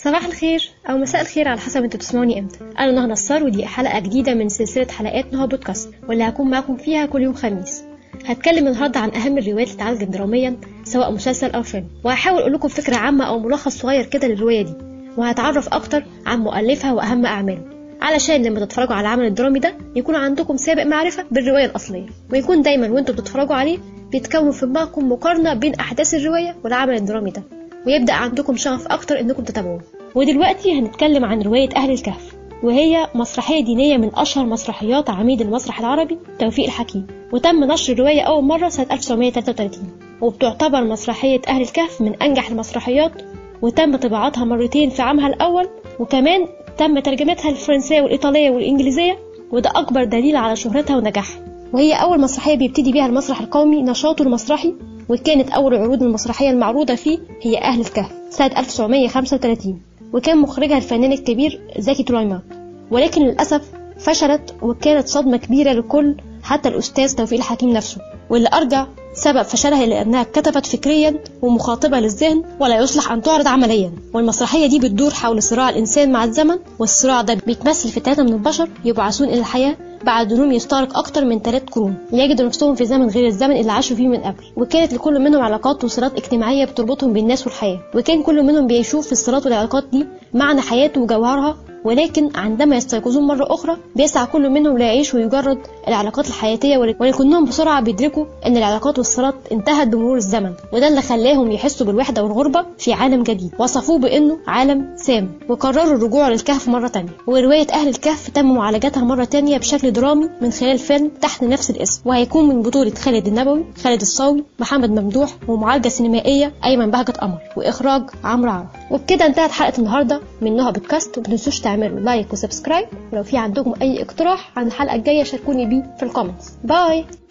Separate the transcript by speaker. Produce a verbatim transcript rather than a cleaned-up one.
Speaker 1: صباح الخير او مساء الخير على حسب انتوا بتسمعوني امتى. انا نهى نصار ودي حلقه جديده من سلسله حلقات نهى بودكاست، واللي هكون معاكم فيها كل يوم خميس. هتكلم النهارده عن اهم الروايات اللي اتعالجت دراميا سواء مسلسل او فيلم، وهحاول اقول لكم فكره عامه او ملخص صغير كده للروايه دي، وهتعرف اكتر عن مؤلفها واهم اعماله، علشان لما تتفرجوا على العمل الدرامي ده يكون عندكم سابق معرفه بالروايه الاصليه، ويكون دايما وانتوا بتتفرجوا عليه بيتكون في دماغكم مقارنه بين احداث الروايه والعمل الدرامي ده، ويبدا عندكم شغف اكتر انكم تتابعوه. ودلوقتي هنتكلم عن رواية أهل الكهف، وهي مسرحية دينية من أشهر مسرحيات عميد المسرح العربي توفيق الحكيم، وتم نشر الرواية أول مرة سنة ألف وتسعمية وتلاتة وتلاتين، وبتعتبر مسرحية أهل الكهف من أنجح المسرحيات، وتم طباعتها مرتين في عامها الأول، وكمان تم ترجمتها الفرنسية والإيطالية والإنجليزية، وده أكبر دليل على شهرتها ونجاحها. وهي أول مسرحية بيبتدي بيها المسرح القومي نشاطه المسرحي، وكانت أول العروض المسرحية المعروضة فيه هي أهل الكهف سنة ألف وتسعمية وخمسة وتلاتين، وكان مخرجها الفنان الكبير زكي طليمان، ولكن للأسف فشلت، وكانت صدمة كبيرة للكل حتى الأستاذ توفيق الحكيم نفسه، واللي أرجع سبب فشلها لأنها كتبت فكريا ومخاطبة للذهن ولا يصلح أن تعرض عمليا. والمسرحية دي بتدور حول صراع الإنسان مع الزمن، والصراع ده بيتمثل في ثلاثة من البشر يبعثون إلى الحياة بعد نوم يستغرق أكتر من ثلاث قرون، يجدوا نفسهم في زمن غير الزمن اللي عاشوا فيه من قبل، وكانت لكل منهم علاقات وصلات اجتماعية بتربطهم بالناس والحياة، وكان كل منهم بيشوف في الصلات والعلاقات دي معنى حياته وجوهرها، ولكن عندما يستيقظون مرة أخرى بيسعى كل منهم ليعيش ويجرد العلاقات الحياتية، ولكنهم بسرعة بيدركوا أن العلاقات والصلات انتهت بمرور الزمن، وده اللي خلاهم يحسوا بالوحدة والغربة في عالم جديد، وصفوه بأنه عالم سام، وقرروا الرجوع للكهف مرة تانية. ورواية أهل الكهف تم معالجتها مرة تانية بشكل درامي من خلال فيلم تحت نفس الاسم، وهيكون من بطولة خالد النبوي، خالد الصاوي، محمد ممدوح، ومعالجة سينمائية أيمن بهجت قمر، وإخراج عمرو عرف. وبكده انتهت حلقة النهاردة من نهى بودكاست، ومتنسوش تعملوا لايك وسبسكرايب، ولو في عندكم أي اقتراح عن الحلقة الجاية شاركوني بيه في الكومنتس. باي.